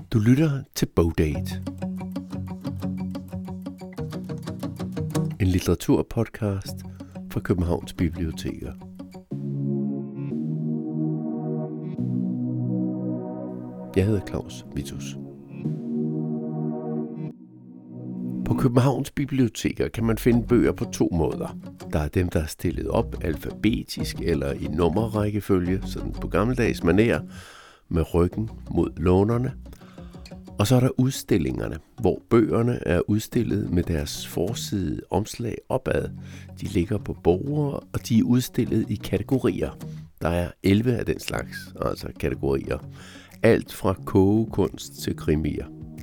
Du lytter til Bogdate. En litteraturpodcast fra Københavns Biblioteker. Jeg hedder Claus Vitus. På Københavns Biblioteker kan man finde bøger på to måder. Der er dem, der er stillet op alfabetisk eller i nummerrækkefølge, sådan på gammeldags manér, med ryggen mod lånerne. Og så er der udstillingerne, hvor bøgerne er udstillet med deres forside omslag opad. De ligger på borde, og de er udstillet i kategorier. Der er 11 af den slags, altså kategorier. Alt fra kogekunst til krimier.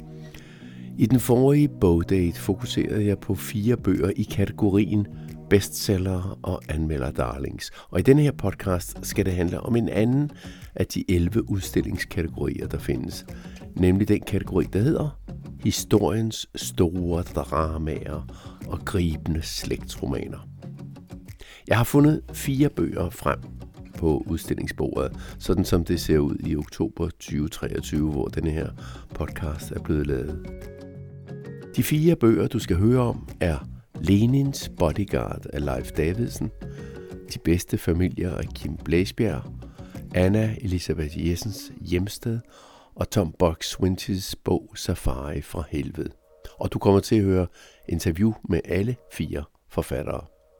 I den forrige Bogdate fokuserede jeg på 4 bøger i kategorien bestseller og anmelderdarlings. Og i denne her podcast skal det handle om en anden af de 11 udstillingskategorier, der findes. Nemlig den kategori, der hedder historiens store dramaer og gribende slægtsromaner. Jeg har fundet 4 bøger frem på udstillingsbordet, sådan som det ser ud i oktober 2023, hvor denne her podcast er blevet lavet. De 4 bøger, du skal høre om, er Lenins Bodyguard af Leif Davidsen, De bedste familier af Kim Blæsbjerg, Anna Elisabeth Jessens Hjemsted og Tom Buk-Swientys bog Safari fra helvede. Og du kommer til at høre interview med alle 4 forfattere.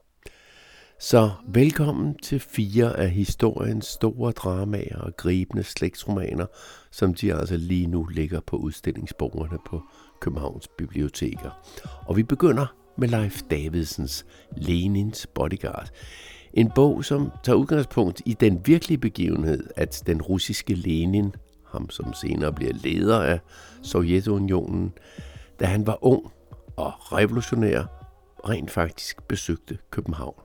Så velkommen til 4 af historiens store dramaer og gribende slægtsromaner, som de altså lige nu ligger på udstillingsbordene på Københavns Biblioteker. Og vi begynder med Leif Davidsens Lenins Bodyguard. En bog, som tager udgangspunkt i den virkelige begivenhed, at den russiske Lenin, ham som senere bliver leder af Sovjetunionen, da han var ung og revolutionær, rent faktisk besøgte København.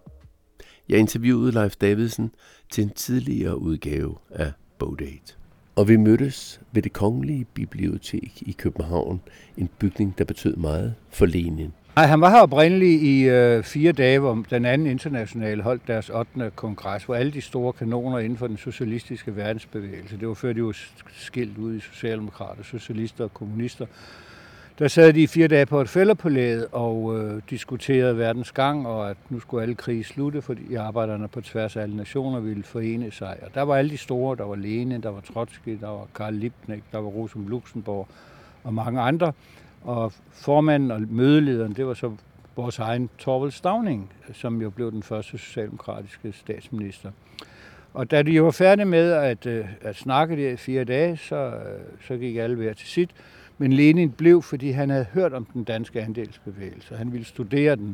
Jeg interviewede Leif Davidsen til en tidligere udgave af Bogdate. Og vi mødtes ved Det Kongelige Bibliotek i København, en bygning, der betød meget for Lenin. Nej, han var her oprindeligt i 4 dage, hvor den anden internationale holdt deres 8. kongres, hvor alle de store kanoner inden for den socialistiske verdensbevægelse, det var før de var skilt ud i socialdemokrater, socialister og kommunister, der sad de i 4 dage på et fælderpalæet og diskuterede verdens gang, og at nu skulle alle krige slutte, fordi arbejderne på tværs af alle nationer ville forene sig. Og der var alle de store, der var Lenin, der var Trotsky, der var Karl Liebknecht, der var Rosa Luxemburg og mange andre. Og formanden og mødelederen, det var så vores egen Thorvald Stauning, som jo blev den første socialdemokratiske statsminister. Og da de var færdige med at snakke der i 4 dage, så gik alle hver til sit. Men Lenin blev, fordi han havde hørt om den danske andelsbevægelse. Han ville studere den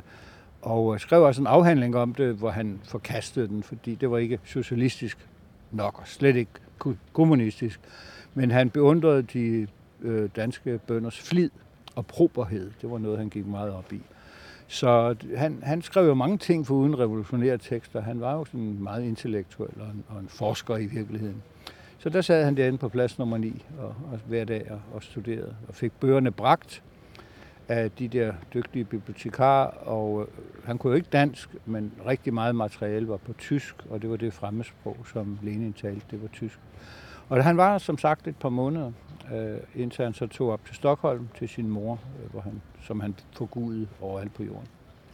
og skrev også en afhandling om det, hvor han forkastede den, fordi det var ikke socialistisk nok og slet ikke kommunistisk. Men han beundrede de danske bønders flid og proberhed. Det var noget, han gik meget op i. Så han skrev jo mange ting for uden revolutionære tekster. Han var jo sådan meget intellektuel og en forsker i virkeligheden. Så der sad han derinde på plads nummer 9 og hver dag og studerede og fik bøgerne bragt af de der dygtige bibliotekarer. Og han kunne jo ikke dansk, men rigtig meget materiale var på tysk, og det var det fremmedsprog, som Lenin talte, det var tysk. Og han var som sagt et par måneder, indtil han så tog op til Stockholm til sin mor, som han forgudede overalt på jorden.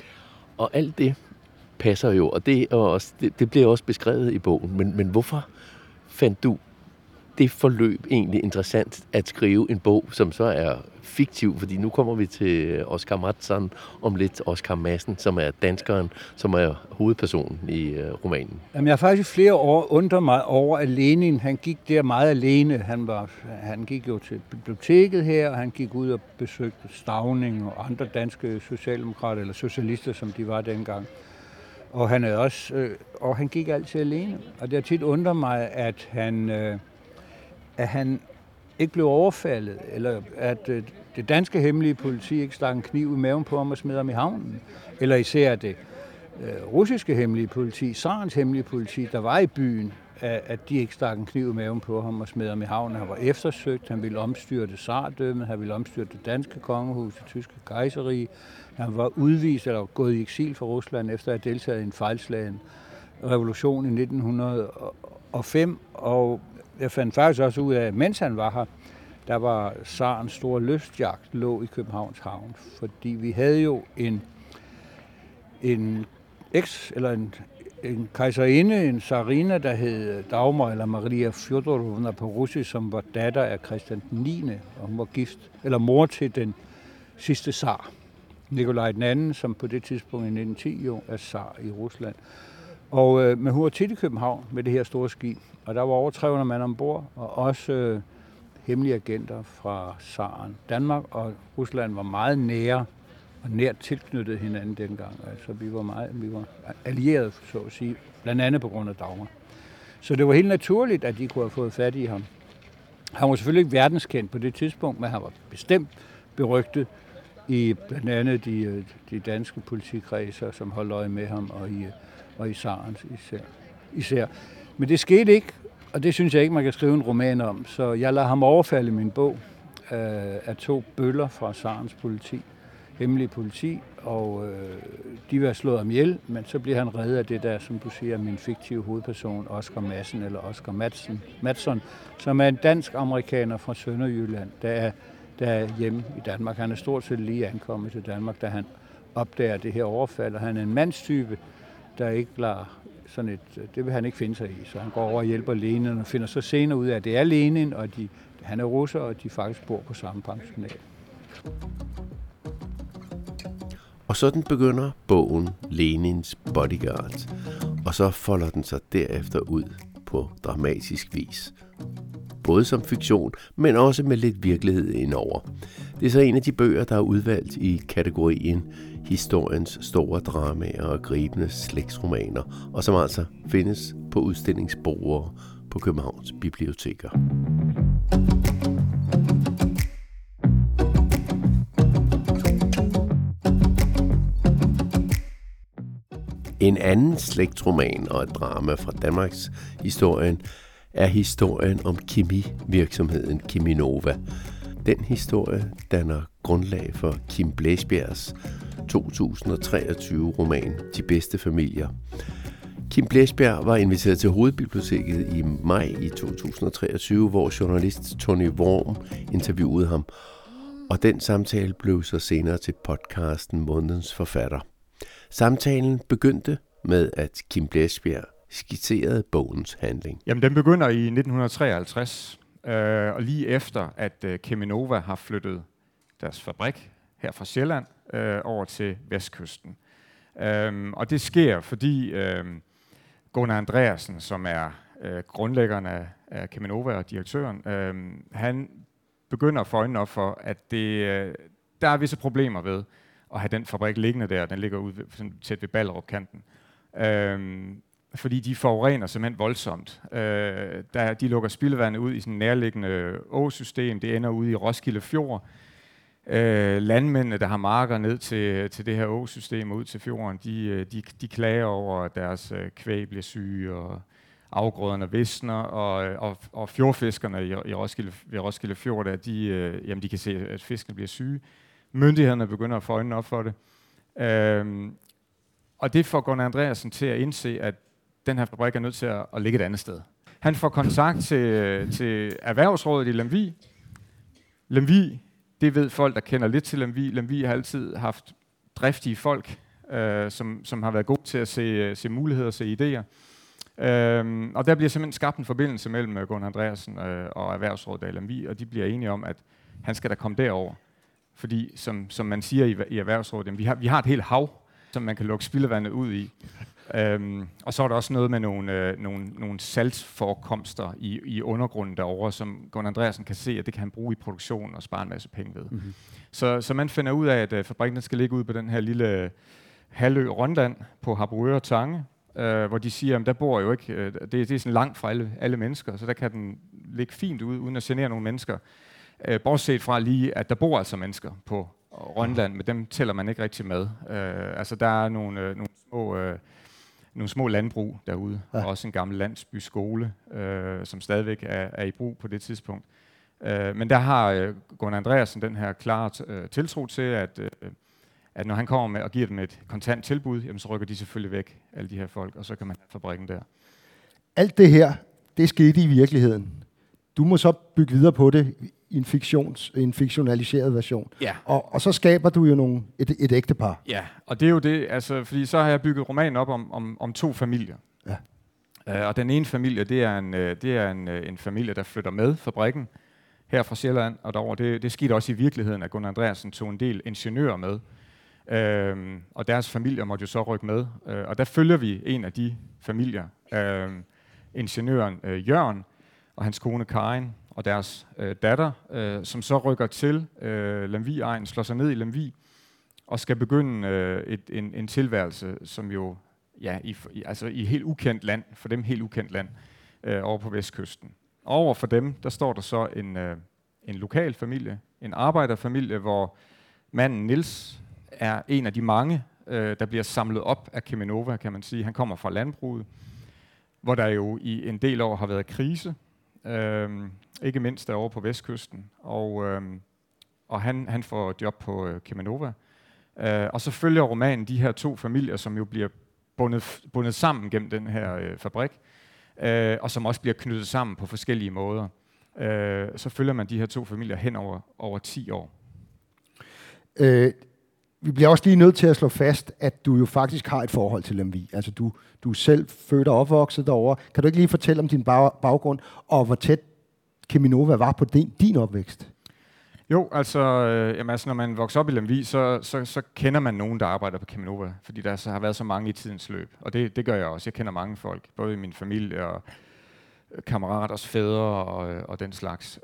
Og alt det passer jo, og det bliver også beskrevet i bogen. Men hvorfor fandt du det forløb egentlig interessant at skrive en bog, som så er fiktiv? Fordi nu kommer vi til Oscar Mattsson om lidt, Oscar Madsen, som er danskeren, som er hovedpersonen i romanen. Jamen, jeg har faktisk i flere år undret mig over, at Lenin, han gik der meget alene. Han gik jo til biblioteket her, og han gik ud og besøgte Stauning og andre danske socialdemokrater, eller socialister, som de var dengang. Og han gik altid alene. Og det har tit undret mig, at han ikke blev overfaldet, eller at det danske hemmelige politi ikke stak en kniv i maven på ham og smed ham i havnen. Eller især det russiske hemmelige politi, Tsarens hemmelige politi, der var i byen, at de ikke stak en kniv i maven på ham og smed ham i havnen. Han var eftersøgt, han ville omstyrte tsardømmet, han ville omstyrte det danske kongehus, det tyske kejserrige. Han var udvist eller gået i eksil fra Rusland efter at have deltaget i en fejlslagen revolution i 1905, og jeg fandt faktisk også ud af, mens han var her, der var Tsarens store lystjagt lå i Københavns Havn, fordi vi havde jo en kejserinde, en tsarina, der hed Dagmar eller Maria Fjodorovna på russisk, som var datter af Christian 9. og hun var gift, eller mor til den sidste tsar, Nikolaj den anden, som på det tidspunkt i 1910 jo er tsar i Rusland. Men hun var tit i København med det her store skib, og der var over 300 mand ombord, og også hemmelige agenter fra tsaren. Danmark og Rusland var meget nære og nært tilknyttet hinanden dengang. Altså vi var allierede, så at sige, blandt andet på grund af Dagmar. Så det var helt naturligt, at de kunne have fået fat i ham. Han var selvfølgelig ikke verdenskendt på det tidspunkt, men han var bestemt berygtet i blandt andet de danske politikredser, som holdt øje med ham, og i tsarens især. Men det skete ikke, og det synes jeg ikke, man kan skrive en roman om. Så jeg lader ham overfalde min bog af 2 bøller fra tsarens politi, hemmelige politi, og de vil have slået ham ihjel, men så bliver han reddet af det der, som du siger, min fiktive hovedperson, Oscar Madsen, eller Oscar Matson, som er en dansk-amerikaner fra Sønderjylland, der er hjemme i Danmark. Han er stort set lige ankommet til Danmark, da han opdager det her overfald, og han er en mandstype, der ikke lader sådan det vil han ikke finde sig i, så han går over og hjælper Lenin, og finder så senere ud af, at det er Lenin, og han er russer, og de faktisk bor på samme pensionat. Og sådan begynder bogen Lenins Bodyguard, og så folder den sig derefter ud på dramatisk vis. Både som fiktion, men også med lidt virkelighed indover. Det er så en af de bøger, der er udvalgt i kategorien historiens store dramaer og gribende slægtsromaner, og som altså findes på udstillingsborde på Københavns biblioteker. En anden slægtsroman og et drama fra Danmarks historien er historien om kemivirksomheden Cheminova. Den historie danner grundlag for Kim Blæsbjergs 2023-roman De bedste familier. Kim Blæsbjerg var inviteret til Hovedbiblioteket i maj i 2023, hvor journalist Tony Worm interviewede ham, og den samtale blev så senere til podcasten Månedens Forfatter. Samtalen begyndte med, at Kim Blæsbjerg skitserede bogens handling. Jamen, den begynder i 1953, og lige efter, at Cheminova har flyttet deres fabrik her fra Sjælland over til Vestkysten. Og det sker, fordi Gunnar Andreasen, som er grundlæggeren af Cheminova og direktøren, han begynder at få øjnene op for, at der er visse problemer ved at have den fabrik liggende der. Den ligger ude tæt ved Ballerup-kanten. Fordi de forurener simpelthen voldsomt. De lukker spildevandet ud i sådan en nærliggende åsystem. Det ender ude i Roskilde Fjord. Landmændene, der har marker ned til det her åsystem og ud til fjorden, de klager over, at deres kvæg bliver syge, og afgrøderne visner, og fjordfiskerne ved Roskilde Fjord, de kan se, at fiskene bliver syge. Myndighederne begynder at få øjnene op for det. Og det får Gunnar Andreasen til at indse, at den her fabrik er nødt til at ligge et andet sted. Han får kontakt til Erhvervsrådet i Lemvig. Lemvig, det ved folk, der kender lidt til Lemvig. Lemvig har altid haft driftige folk, som har været gode til at se muligheder og se idéer. Og der bliver simpelthen skabt en forbindelse mellem Gunnar Andreasen og Erhvervsrådet i Lemvig, og de bliver enige om, at han skal da komme derover. Fordi, som man siger i Erhvervsrådet, vi har et helt hav, som man kan lukke spildevandet ud i. Og så er der også noget med nogle saltforekomster i undergrunden derovre, som Gunnar Andreasen kan se, at det kan han bruge i produktion og spare en masse penge ved. Mm-hmm. Så man finder ud af, at fabrikken skal ligge ude på den her lille halvø Rønland på Harboøre Tange, hvor de siger, at der bor jo ikke, det er sådan langt fra alle mennesker, så der kan den ligge fint ud, uden at genere nogle mennesker. Bortset fra lige, at der bor altså mennesker på Rønland, men dem tæller man ikke rigtig med. Altså der er nogle små landbrug derude, og også en gammel landsbyskole, som stadigvæk er i brug på det tidspunkt. Men der har Gunnar Andreasen den her klare tiltro til, at når han kommer med og giver dem et kontant tilbud, jamen, så rykker de selvfølgelig væk, alle de her folk, og så kan man have fabrikken der. Alt det her, det skete i virkeligheden. Du må så bygge videre på det en fiktionaliseret version. Ja. Og så skaber du jo et ægtepar. Ja, og det er jo det, altså, fordi så har jeg bygget romanen op om 2 familier. Ja. Og den ene familie, det er en familie, der flytter med fabrikken her fra Sjælland og derover. Det skete også i virkeligheden, at Gunnar Andreasen tog en del ingeniører med. Og deres familier måtte jo så rykke med. Og der følger vi en af de familier, ingeniøren Jørgen og hans kone Karin og deres datter, som så rykker til Lemvig-egnen, slår sig ned i Lemvig og skal begynde en tilværelse, som jo i helt ukendt land, for dem helt ukendt land, over på vestkysten. Over for dem, der står der så en lokal familie, en arbejderfamilie, hvor manden Niels er en af de mange, der bliver samlet op af Cheminova, kan man sige. Han kommer fra landbruget, hvor der jo i en del år har været krise, ikke mindst derovre på vestkysten, og han får job på Cheminova. Og så følger romanen de her 2 familier, som jo bliver bundet sammen gennem den her fabrik, og som også bliver knyttet sammen på forskellige måder. Så følger man de her 2 familier hen over 10 år. Vi bliver også lige nødt til at slå fast, at du jo faktisk har et forhold til Lemvig. Altså du er selv født og opvokset derovre. Kan du ikke lige fortælle om din baggrund, og hvor tæt Cheminova var på din opvækst? Jo, altså når man vokser op i Lemvig, så kender man nogen, der arbejder på Cheminova, fordi der så har været så mange i tidens løb. Og det gør jeg også. Jeg kender mange folk, både i min familie og kammeraters fædre og den slags.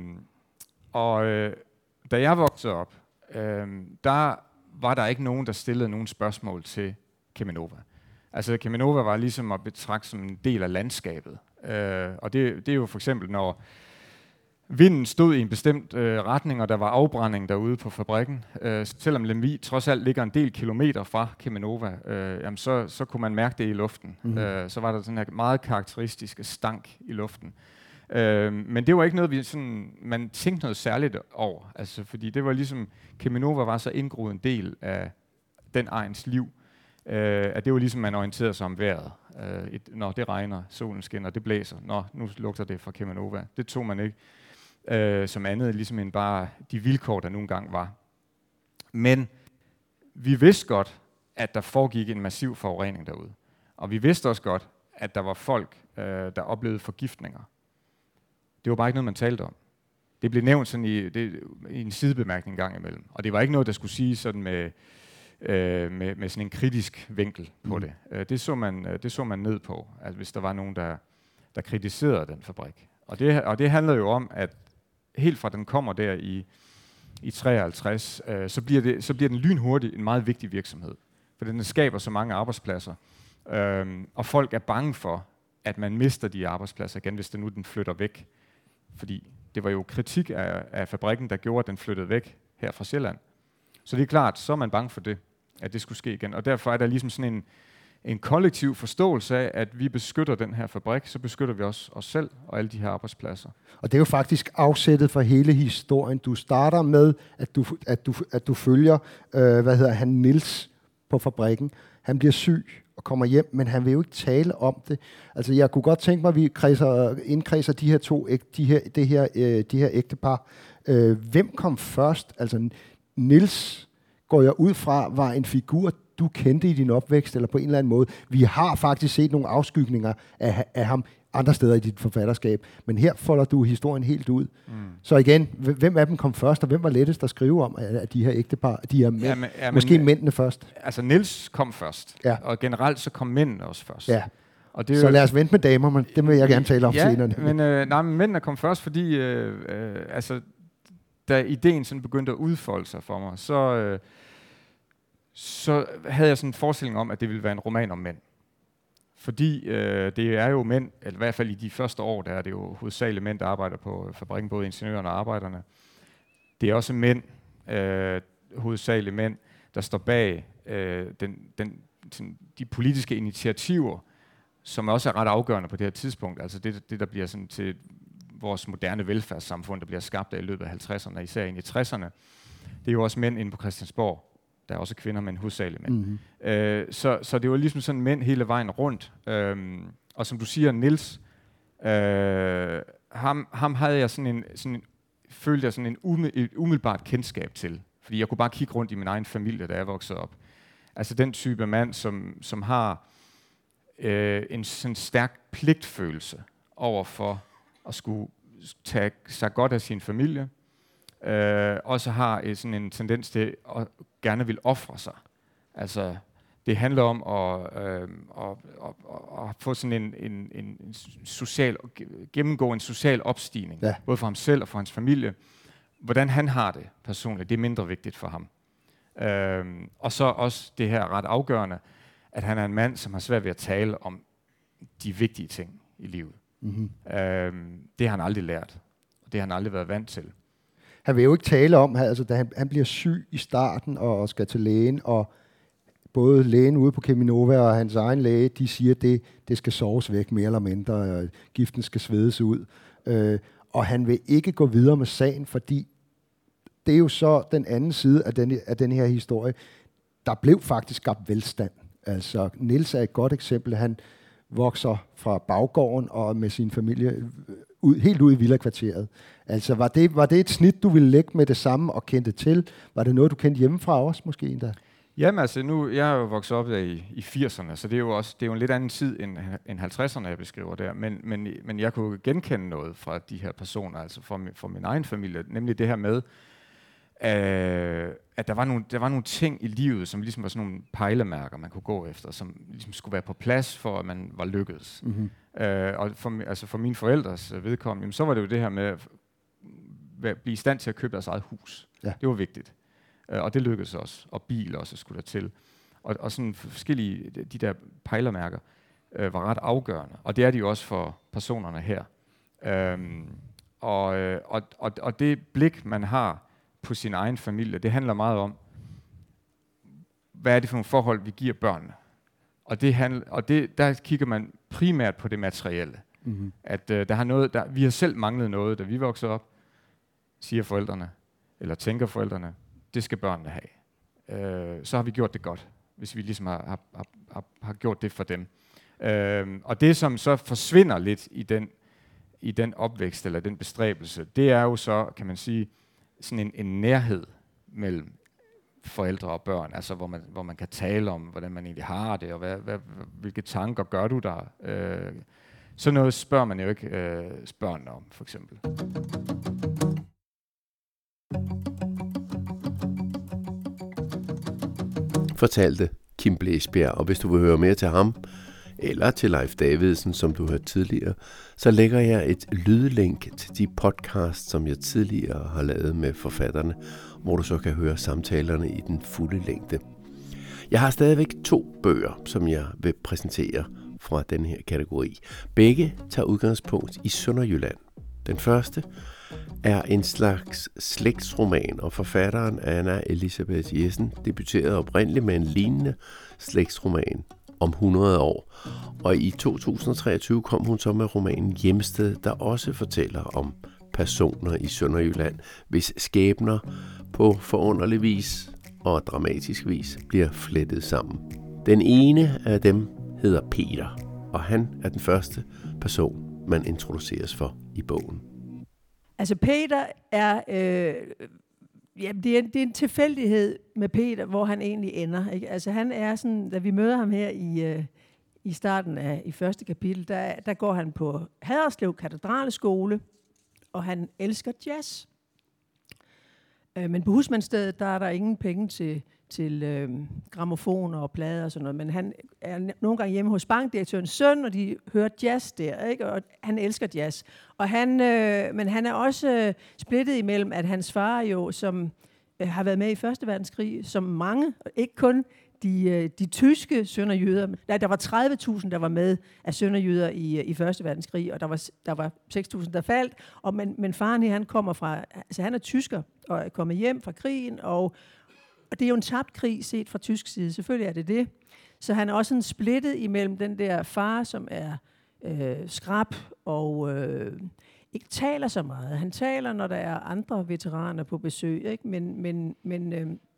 Da jeg voksede op, der var der ikke nogen, der stillede nogen spørgsmål til Cheminova. Altså Cheminova var ligesom at betragte som en del af landskabet. Og det er jo for eksempel, når vinden stod i en bestemt retning, og der var afbrænding derude på fabrikken. Selvom Lemvig trods alt ligger en del kilometer fra Cheminova, så kunne man mærke det i luften. Så var der sådan her meget karakteristiske stank i luften. Men det var ikke noget, man tænkte noget særligt over. Altså, fordi det var ligesom, Cheminova var så indgroet en del af den egens liv, at det var ligesom, man orienterede sig om vejret. Når det regner, solen skinner, det blæser. Nu lugter det fra Cheminova. Det tog man ikke som andet, ligesom end bare de vilkår, der nogle gange var. Men vi vidste godt, at der foregik en massiv forurening derude. Og vi vidste også godt, at der var folk, der oplevede forgiftninger. Det var bare ikke noget, man talte om. Det blev nævnt sådan i en sidebemærkning en gang imellem. Og det var ikke noget, der skulle sige sådan med sådan en kritisk vinkel på det. Det så man ned på, altså hvis der var nogen, der kritiserede den fabrik. Og det handler jo om, at helt fra den kommer der i 53, så bliver den lynhurtigt en meget vigtig virksomhed. For den skaber så mange arbejdspladser. Og folk er bange for, at man mister de arbejdspladser igen, hvis den flytter væk. Fordi det var jo kritik af fabrikken, der gjorde, at den flyttede væk her fra Sjælland. Så det er klart, så er man bange for det, at det skulle ske igen. Og derfor er der ligesom sådan en kollektiv forståelse af, at vi beskytter den her fabrik, så beskytter vi også os selv og alle de her arbejdspladser. Og det er jo faktisk afsættet for hele historien. Du starter med, at du følger, Niels på fabrikken. Han bliver syg og kommer hjem, men han vil jo ikke tale om det. Altså, jeg kunne godt tænke mig, at vi indkredser de her de her ægtepar. Hvem kom først? Altså, Niels, går jeg ud fra, var en figur, du kendte i din opvækst, eller på en eller anden måde. Vi har faktisk set nogle afskygninger af ham andre steder i dit forfatterskab, men her folder du historien helt ud. Så igen, hvem af dem kom først, og hvem var lettest at skrive om af de her ægtepar, de her mænd? Måske mændene først. Altså, Niels kom først, og generelt så kom mændene også først. Ja. Og det så lad os vente med damer, men det vil jeg gerne tale om senere. Men mændene kom først, fordi da ideen sådan begyndte at udfolde sig for mig, så havde jeg sådan en forestilling om, at det ville være en roman om mænd. Fordi det er jo mænd, eller i hvert fald i de første år, der er det jo hovedsageligt mænd, der arbejder på fabrikken, både ingeniørerne og arbejderne. Det er også mænd, hovedsageligt mænd, der står bag de politiske initiativer, som også er ret afgørende på det her tidspunkt. Altså det der bliver sådan til vores moderne velfærdssamfund, der bliver skabt af i løbet af 50'erne, især ind i 60'erne. Det er jo også mænd inde på Christiansborg. Der er også kvinder, men hovedsageligt mænd. Så det var ligesom sådan mænd hele vejen rundt. Og som du siger, Niels, ham havde jeg sådan en følte jeg sådan et umiddelbart kendskab til. Fordi jeg kunne bare kigge rundt i min egen familie, da jeg voksede op. Altså den type mand, som har en sådan stærk pligtfølelse over for at skulle tage sig godt af sin familie, også har sådan en tendens til at gerne vil ofre sig. Altså det handler om at få sådan en social, gennemgå en social opstigning, både for ham selv og for hans familie. Hvordan han har det personligt, det er mindre vigtigt for ham. Og så også det her ret afgørende, at han er en mand, som har svært ved at tale om de vigtige ting i livet. Mm-hmm. Det har han aldrig lært, og det har han aldrig været vant til. Han vil jo ikke tale om, altså, da han bliver syg i starten og skal til lægen, og både lægen ude på Cheminova og hans egen læge, de siger, at det skal soves væk mere eller mindre, og giften skal svedes ud. Og han vil ikke gå videre med sagen, fordi det er jo så den anden side af den her historie. Der blev faktisk skabt velstand. Altså, Niels er et godt eksempel. Han vokser fra baggården og med sin familie helt ud i villakvarteret. Altså, var det et snit, du ville lægge med det samme og kendte til? Var det noget, du kendte hjemmefra også, måske endda? Jamen altså, jeg er jo vokset op i 80'erne, så det er jo en lidt anden tid end 50'erne, jeg beskriver der. Men jeg kunne genkende noget fra de her personer, altså fra min egen familie, nemlig det her med, at der var nogle ting i livet, som ligesom var sådan nogle pejlemærker, man kunne gå efter, som ligesom skulle være på plads, for at man var lykkedes. Mm-hmm. Og for mine forældres vedkommende, jamen, så var det jo det her med at blive i stand til at købe deres eget hus. Ja. Det var vigtigt. Og det lykkedes også. Og bil også skulle der til. Og sådan forskellige, de der pejlemærker, var ret afgørende. Og det er de jo også for personerne her. Og det blik, man har på sin egen familie, det handler meget om, hvad er det for nogle forhold, vi giver børnene. Og der kigger man primært på det materielle. Mm-hmm. At vi har selv manglet noget, da vi voksede op, siger forældrene, eller tænker forældrene, det skal børnene have. Så har vi gjort det godt, hvis vi ligesom har gjort det for dem. Og det, som så forsvinder lidt i den opvækst, eller den bestræbelse, det er jo så, kan man sige, sådan en nærhed mellem forældre og børn, altså hvor man kan tale om, hvordan man egentlig har det, og hvilke tanker gør du der. Sådan noget spørger man jo ikke børnene om, for eksempel. Fortalte Kim Blæsbjerg, og hvis du vil høre mere til ham, eller til Leif Davidsen, som du hørte tidligere, så lægger jeg et lydlink til de podcasts, som jeg tidligere har lavet med forfatterne, hvor du så kan høre samtalerne i den fulde længde. Jeg har stadigvæk 2 bøger, som jeg vil præsentere fra den her kategori. Begge tager udgangspunkt i Sønderjylland. Den første er en slags slægtsroman, og forfatteren Anna Elisabeth Jessen debuterede oprindeligt med en lignende slægtsroman om 100 år. Og i 2023 kom hun så med romanen Hjemsted, der også fortæller om personer i Sønderjylland, hvis skæbner på forunderlig vis og dramatisk vis bliver flettet sammen. Den ene af dem hedder Peter, og han er den første person, man introduceres for i bogen. Altså Peter er... det er en tilfældighed med Peter, hvor han egentlig ender. Ikke? Altså han er sådan, da vi møder ham her i starten af i første kapitel, der går han på Haderslev Katedralskole, og han elsker jazz. Men på husmandsstedet, der er der ingen penge til grammofoner og plader og sådan noget, men han er nogle gange hjemme hos bankdirektørens søn, og de hører jazz der, ikke? Og han elsker jazz. Og men han er også splittet imellem, at hans far jo, som har været med i Første Verdenskrig, som mange, ikke kun de tyske sønderjyder. Der var 30.000, der var med af sønderjyder i Første Verdenskrig, og der var 6.000, der faldt. Men faren her, han kommer fra, altså han er tysker og er kommet hjem fra krigen, og det er jo en tabt krig set fra tysk side. Selvfølgelig er det. Så han er også sådan splittet imellem den der far, som er skrap og ikke taler så meget. Han taler, når der er andre veteraner på besøg, ikke?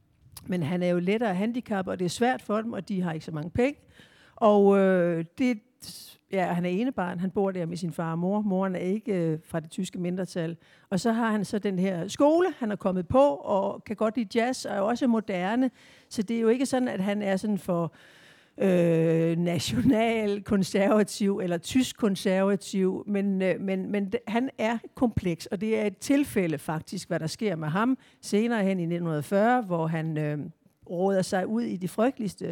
Men han er jo lettere handicap, og det er svært for dem, og de har ikke så mange penge. Og han er enebarn. Han bor der med sin far og mor. Moren er ikke fra det tyske mindretal. Og så har han så den her skole, han er kommet på, og kan godt lide jazz, og er også moderne. Så det er jo ikke sådan, at han er sådan for national konservativ eller tysk konservativ, men han er kompleks, og det er et tilfælde faktisk, hvad der sker med ham senere hen i 1940, hvor han råder sig ud i det frygteligste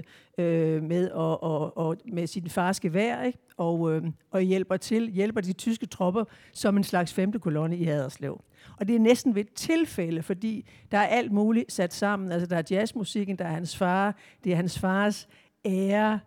med sin fars gevær, ikke? Og hjælper de tyske tropper som en slags 5. kolonne i Haderslev. Og det er næsten ved et tilfælde, fordi der er alt muligt sat sammen. Altså der er jazzmusikken, der er hans far, det er hans fars ære,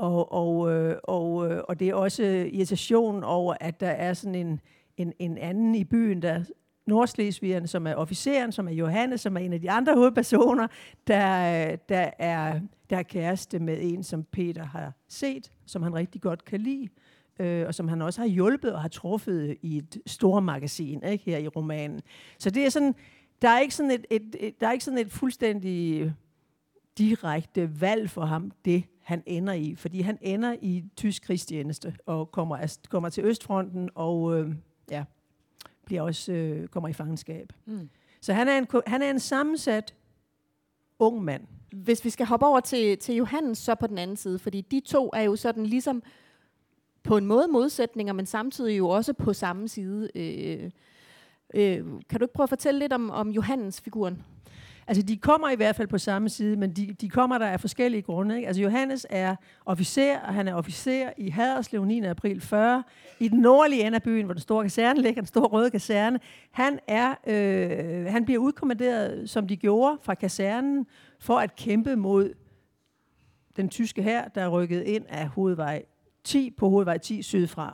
og det er også irritation over, at der er sådan en anden i byen, der Nordslesvigeren, som er officeren, som er Johannes, som er en af de andre hovedpersoner, der er kæreste med en, som Peter har set, som han rigtig godt kan lide, og som han også har hjulpet og har truffet i et stort magasin, ikke, her i romanen. Så det er sådan, der er ikke sådan et fuldstændig direkte valg for ham, det han ender i, fordi han ender i tysk krigstjeneste og kommer til Østfronten og bliver også kommer i fangenskab. Så han er en sammensat ung mand. Hvis vi skal hoppe over til Johannes så på den anden side, fordi de to er jo sådan ligesom på en måde modsætninger, men samtidig jo også på samme side. Kan du ikke prøve at fortælle lidt om Johannes-figuren? Altså, de kommer i hvert fald på samme side, men de kommer der af forskellige grunde, ikke? Altså, Johannes er officer, og han er officer i Haderslev 9. april 40, i den nordlige ende af byen, hvor den store kaserne ligger, den store røde kaserne. Han bliver udkommanderet, som de gjorde, fra kasernen, for at kæmpe mod den tyske hær, der er rykket ind af hovedvej 10 på hovedvej 10 sydfra.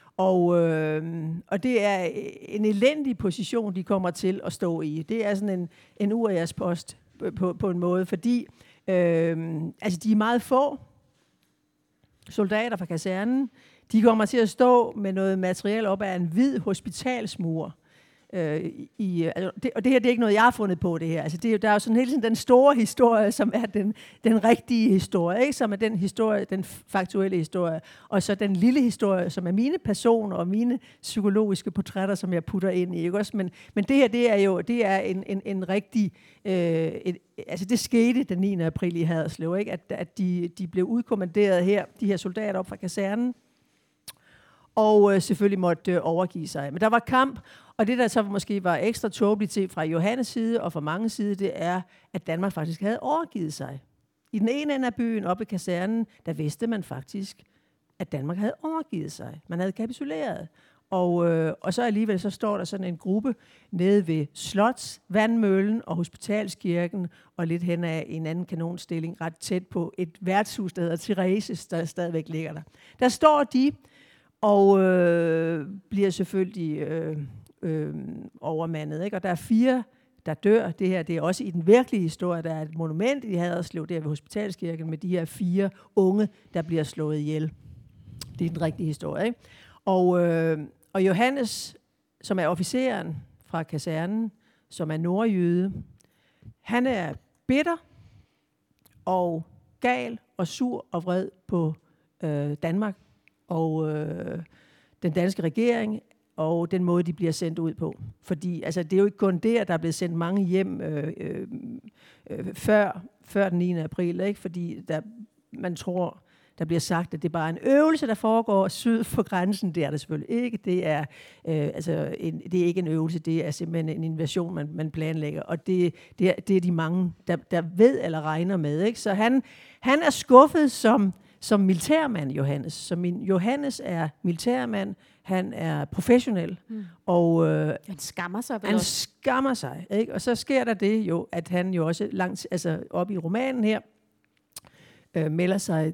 Og det er en elendig position, de kommer til at stå i. Det er sådan en uriaspost på en måde, fordi altså de er meget få soldater fra kasernen. De kommer til at stå med noget materiel op ad en hvid hospitalsmur. Og det her, det er ikke noget, jeg har fundet på det her. Altså, der er jo sådan hele tiden den store historie, som er den rigtige historie, ikke? Som er den historie, den faktuelle historie, og så den lille historie, som er mine personer og mine psykologiske portrætter, som jeg putter ind i, ikke også? Men det her, det er en rigtig, altså det skete den 9. april i Haderslev, ikke? At de blev udkommanderet her, de her soldater op fra kasernen, og selvfølgelig måtte overgive sig. Men der var kamp, og det der så måske var ekstra tåbeligt til fra Johannes side og fra mange side, det er, at Danmark faktisk havde overgivet sig. I den ene ende af byen, oppe i kasernen, der vidste man faktisk, at Danmark havde overgivet sig. Man havde kapituleret. Og så alligevel så står der sådan en gruppe nede ved Slots, Vandmøllen og Hospitalskirken, og lidt hen af en anden kanonstilling, ret tæt på et værtshus, der hedder Thereses, der stadigvæk ligger der. Der står de, og bliver selvfølgelig overmandet, ikke? Og der er 4, der dør. Det her, det er også i den virkelige historie. Der er et monument i Haderslev, der ved Hospitalskirken, med de her 4 unge, der bliver slået ihjel. Det er den rigtige historie, ikke? Og Johannes, som er officeren fra kasernen, som er nordjyde, han er bitter og gal og sur og vred på Danmark og den danske regering, og den måde, de bliver sendt ud på. Fordi altså, det er jo ikke kun det, at der er blevet sendt mange hjem før den 9. april, ikke? Fordi man tror, der bliver sagt, at det er bare en øvelse, der foregår syd for grænsen. Det er det selvfølgelig ikke. Det er, det er ikke en øvelse, det er simpelthen en invasion, man planlægger. Og det er de mange, der ved eller regner med, ikke? Så han er skuffet som militærmand, Johannes. Johannes er militærmand, han er professionel, og han skammer sig vel han også. Skammer sig, ikke? Og så sker der det jo, at han jo også langt, altså op i romanen her, melder sig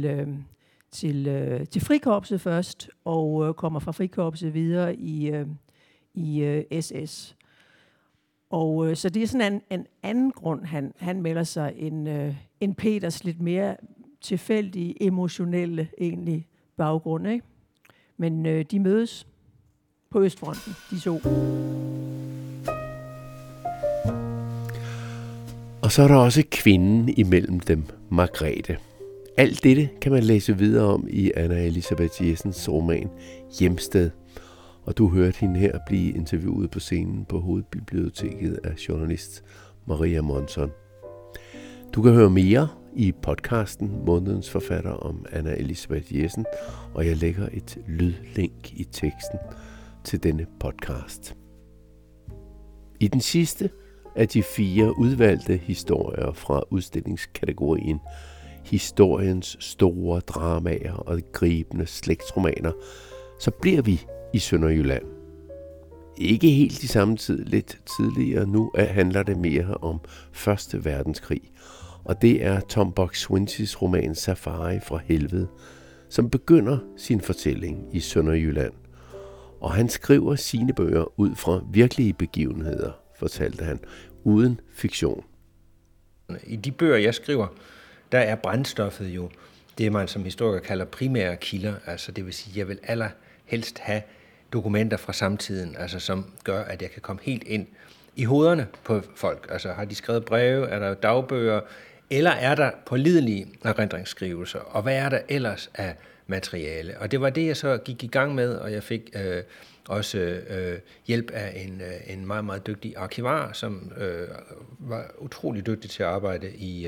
til frikorpset først, og kommer fra frikorpset videre i SS. Og så det er sådan en anden grund, han melder sig en Peters lidt mere tilfældige, emotionelle egentlig baggrund, ikke? Men de mødes på Østfronten, de to. Og så er der også kvinden imellem dem, Margrethe. Alt dette kan man læse videre om i Anna Elisabeth Jessens roman Hjemsted. Og du hørte hende her blive interviewet på scenen på Hovedbiblioteket af journalist Maria Monson. Du kan høre mere i podcasten Månedens Forfatter om Anna Elisabeth Jessen, og jeg lægger et lydlink i teksten til denne podcast. I den sidste af de 4 udvalgte historier fra udstillingskategorien Historiens store dramaer og gribende slægtsromaner, så bliver vi i Sønderjylland. Ikke helt i samme tid, lidt tidligere. Nu handler det mere om 1. verdenskrig, og det er Tom Buk-Swientys roman Safari fra helvede, som begynder sin fortælling i Sønderjylland. Og han skriver sine bøger ud fra virkelige begivenheder, fortalte han, uden fiktion. I de bøger, jeg skriver, der er brændstoffet jo det, man som historiker kalder primære kilder. Altså det vil sige, jeg vil allerhelst have dokumenter fra samtiden, altså som gør, at jeg kan komme helt ind i hovederne på folk. Altså har de skrevet breve, er der dagbøger, eller er der pålidelige erindringsskrivelser, og hvad er der ellers af materiale? Og det var det, jeg så gik i gang med, og jeg fik også hjælp af en meget, meget dygtig arkivar, som var utrolig dygtig til at arbejde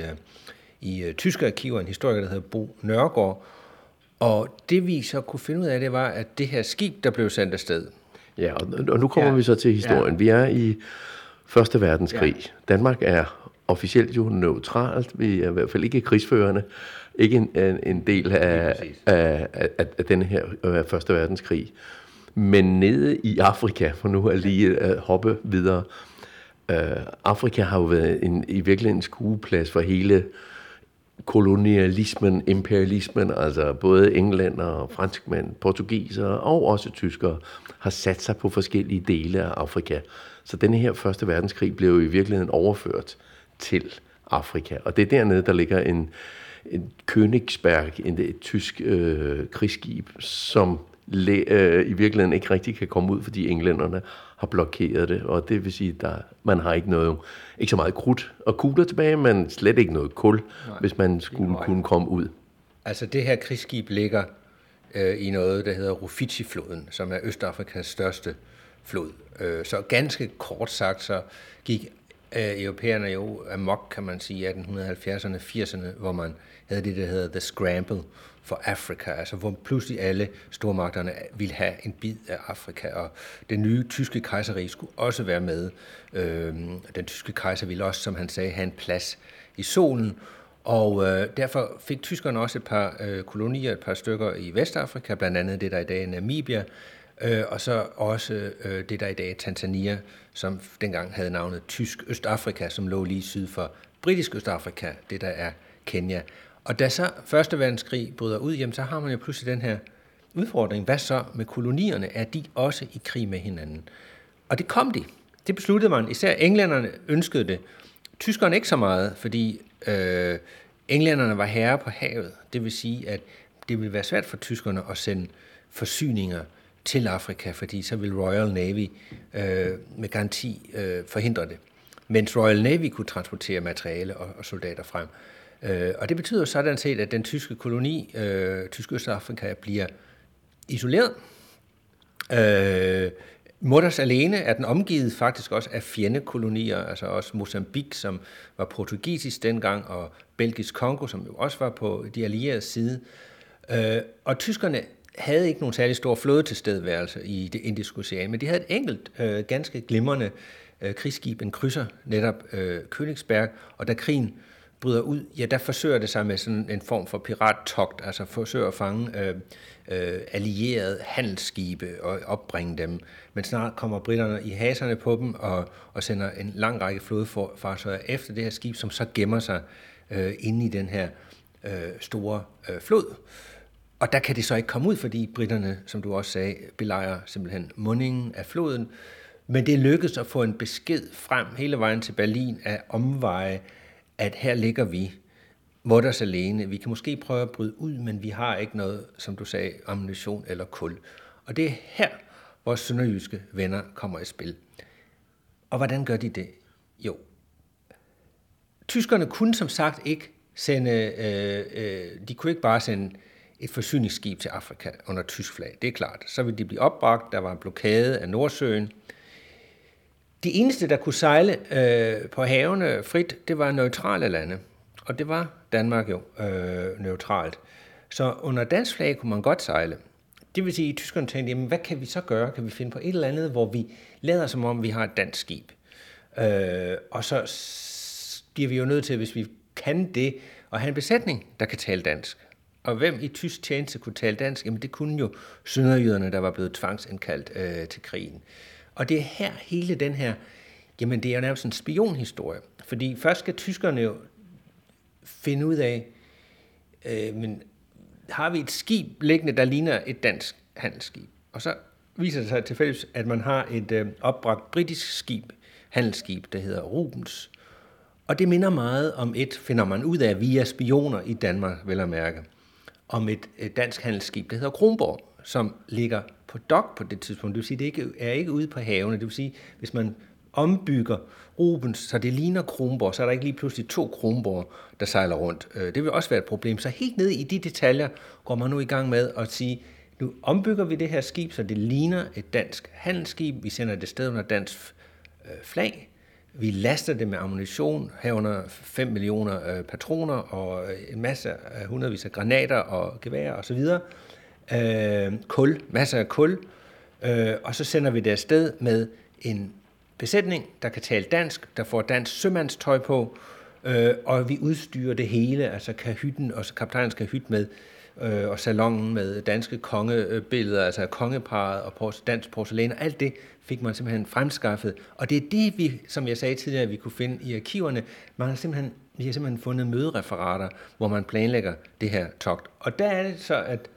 i tyske arkiver, en historiker, der hedder Bo Nørgaard. Og det vi så kunne finde ud af, det var, at det her skib, der blev sendt afsted. Ja, og nu kommer vi så til historien. Ja. Vi er i 1. verdenskrig. Ja. Danmark er officielt jo neutralt. Vi er i hvert fald ikke krigsførende. Ikke en del af den her 1. verdenskrig. Men nede i Afrika, for nu er lige at hoppe videre. Afrika har jo været i virkeligheden en skueplads for hele kolonialismen, imperialismen, altså både englænder, franskmænd, portugisere og også tyskere har sat sig på forskellige dele af Afrika. Så denne her 1. verdenskrig blev jo i virkeligheden overført til Afrika. Og det er dernede, der ligger en Königsberg, et tysk krigsskib, som i virkeligheden ikke rigtig kan komme ud, fordi englænderne har blokeret det. Og det vil sige, at man har ikke så meget krudt og kugler tilbage, men slet ikke noget kul, hvis man skulle kunne komme ud. Altså det her krigsskib ligger i noget, der hedder Rufiji-floden, som er Østafrikas største flod. Så ganske kort sagt, så gik europæerne jo amok, kan man sige, i 1870'erne, 80'erne, hvor man havde det, der hedder The Scramble for Africa, altså hvor pludselig alle stormagterne ville have en bid af Afrika, og det nye tyske kejserrige skulle også være med. Den tyske kejser ville også, som han sagde, have en plads i solen, og derfor fik tyskerne også et par kolonier, et par stykker i Vestafrika, blandt andet det, der i dag er Namibia, og så også det, der i dag er Tanzania, som dengang havde navnet Tysk Østafrika, som lå lige syd for Britisk Østafrika, det der er Kenya. Og da så 1. verdenskrig bryder ud, jamen, så har man jo pludselig den her udfordring. Hvad så med kolonierne? Er de også i krig med hinanden? Og det kom de. Det besluttede man. Især englænderne ønskede det. Tyskerne ikke så meget, fordi englænderne var herre på havet. Det vil sige, at det ville være svært for tyskerne at sende forsyninger til Afrika, fordi så ville Royal Navy med garanti forhindre det. Mens Royal Navy kunne transportere materiale og soldater frem. Og det betyder sådan set, at den tyske koloni, Tysk Østafrika, bliver isoleret. Mutters alene er den omgivet faktisk også af fjendekolonier, altså også Mozambique, som var portugisisk dengang, og Belgisk Kongo, som jo også var på de allierede side. Og tyskerne havde ikke nogen særlig stor flådetilstedeværelse i det Indiske Ocean, men de havde et enkelt, ganske glimrende krigsskib, en krydser, netop Königsberg, og da krigen bryder ud, ja, der forsøger det sig med sådan en form for pirattogt, altså forsøger at fange allierede handelsskibe og opbringe dem. Men snart kommer britterne i haserne på dem og sender en lang række flådefartøjer efter det her skib, som så gemmer sig inde i den her store flod. Og der kan det så ikke komme ud, fordi britterne, som du også sagde, belejrer simpelthen mundingen af floden. Men det lykkedes at få en besked frem hele vejen til Berlin af omveje, at her ligger vi, mutters alene. Vi kan måske prøve at bryde ud, men vi har ikke noget, som du sagde, ammunition eller kul. Og det er her, vores sønderjyske venner kommer i spil. Og hvordan gør de det? Jo, tyskerne kunne som sagt ikke de kunne ikke bare sende et forsyningsskib til Afrika under tysk flag. Det er klart. Så ville de blive opbragt. Der var en blokade af Nordsøen. De eneste, der kunne sejle på havene frit, det var neutrale lande. Og det var Danmark jo neutralt. Så under dansk flag kunne man godt sejle. Det vil sige, at tyskerne tænkte, jamen, hvad kan vi så gøre? Kan vi finde på et eller andet, hvor vi lader som om, vi har et dansk skib? Og så bliver vi jo nødt til, hvis vi kan det, at have en besætning, der kan tale dansk. Og hvem i tysk tjeneste kunne tale dansk? Jamen det kunne jo sønderjyderne, der var blevet tvangsindkaldt til krigen. Og det er her hele den her, jamen det er jo nærmest en spionhistorie. Fordi først skal tyskerne jo finde ud af, men har vi et skib liggende, der ligner et dansk handelsskib? Og så viser det sig tilfældigvis, at man har et opbragt britisk skib, handelsskib, der hedder Rubens. Og det minder meget om finder man ud af via spioner i Danmark, vel at mærke, om et dansk handelsskib, der hedder Kronborg, som ligger på dok på det tidspunkt. Det vil sige, det er ikke ude på havene. Det vil sige, hvis man ombygger Rubens, så det ligner Kronborg, så er der ikke lige pludselig 2 Kronborg, der sejler rundt. Det vil også være et problem. Så helt ned i de detaljer går man nu i gang med at sige, nu ombygger vi det her skib, så det ligner et dansk handelsskib. Vi sender det sted under dansk flag. Vi laster det med ammunition, herunder 5 millioner patroner og en masse af hundredvis af granater og geværer osv. Kul, masser af kul. Og så sender vi det afsted med en besætning, der kan tale dansk, der får dansk sømandstøj på, og vi udstyrer det hele, altså kahytten og kaptajnens kahyt med, og salongen med danske kongebilleder, altså kongeparret og dansk porcelæn, og alt det fik man simpelthen fremskaffet. Og det er det, vi, som jeg sagde tidligere, vi kunne finde i arkiverne. Vi har simpelthen fundet mødereferater, hvor man planlægger det her togt. Og der er det så, at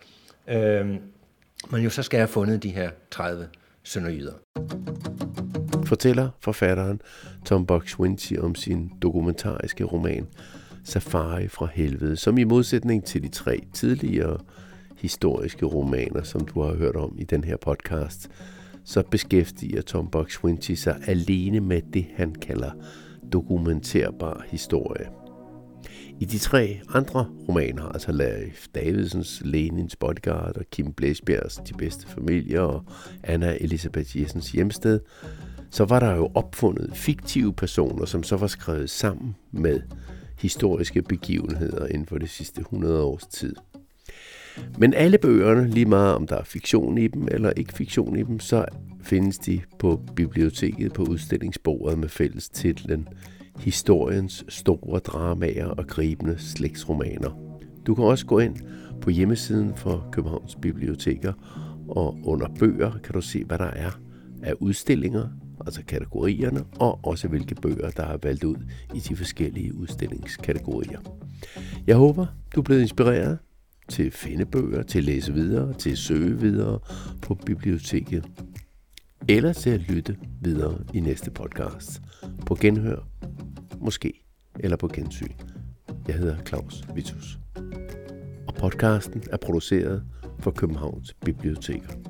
man jo så skal have fundet de her 30 sønderjyder. Fortæller forfatteren Tom Buk-Swienty om sin dokumentariske roman Safari fra helvede, som i modsætning til de 3 tidligere historiske romaner, som du har hørt om i den her podcast, så beskæftiger Tom Buk-Swienty sig alene med det, han kalder dokumenterbar historie. I de 3 andre romaner, altså Leif Davidsens Lenins Bodyguard og Kim Blæsbjergs De bedste familier og Anna Elisabeth Jessens Hjemsted, så var der jo opfundet fiktive personer, som så var skrevet sammen med historiske begivenheder inden for det sidste 100 års tid. Men alle bøgerne, lige meget om der er fiktion i dem eller ikke fiktion i dem, så findes de på biblioteket på udstillingsbordet med fælles titlen Historiens store dramaer og gribende slægtsromaner. Du kan også gå ind på hjemmesiden for Københavns Biblioteker, og under bøger kan du se, hvad der er af udstillinger, altså kategorierne, og også hvilke bøger, der er valgt ud i de forskellige udstillingskategorier. Jeg håber, du er blevet inspireret til at finde bøger, til at læse videre, til at søge videre på biblioteket, eller til at lytte videre i næste podcast. På genhør, måske, eller på gensyn. Jeg hedder Claus Vitus. Og podcasten er produceret for Københavns Biblioteker.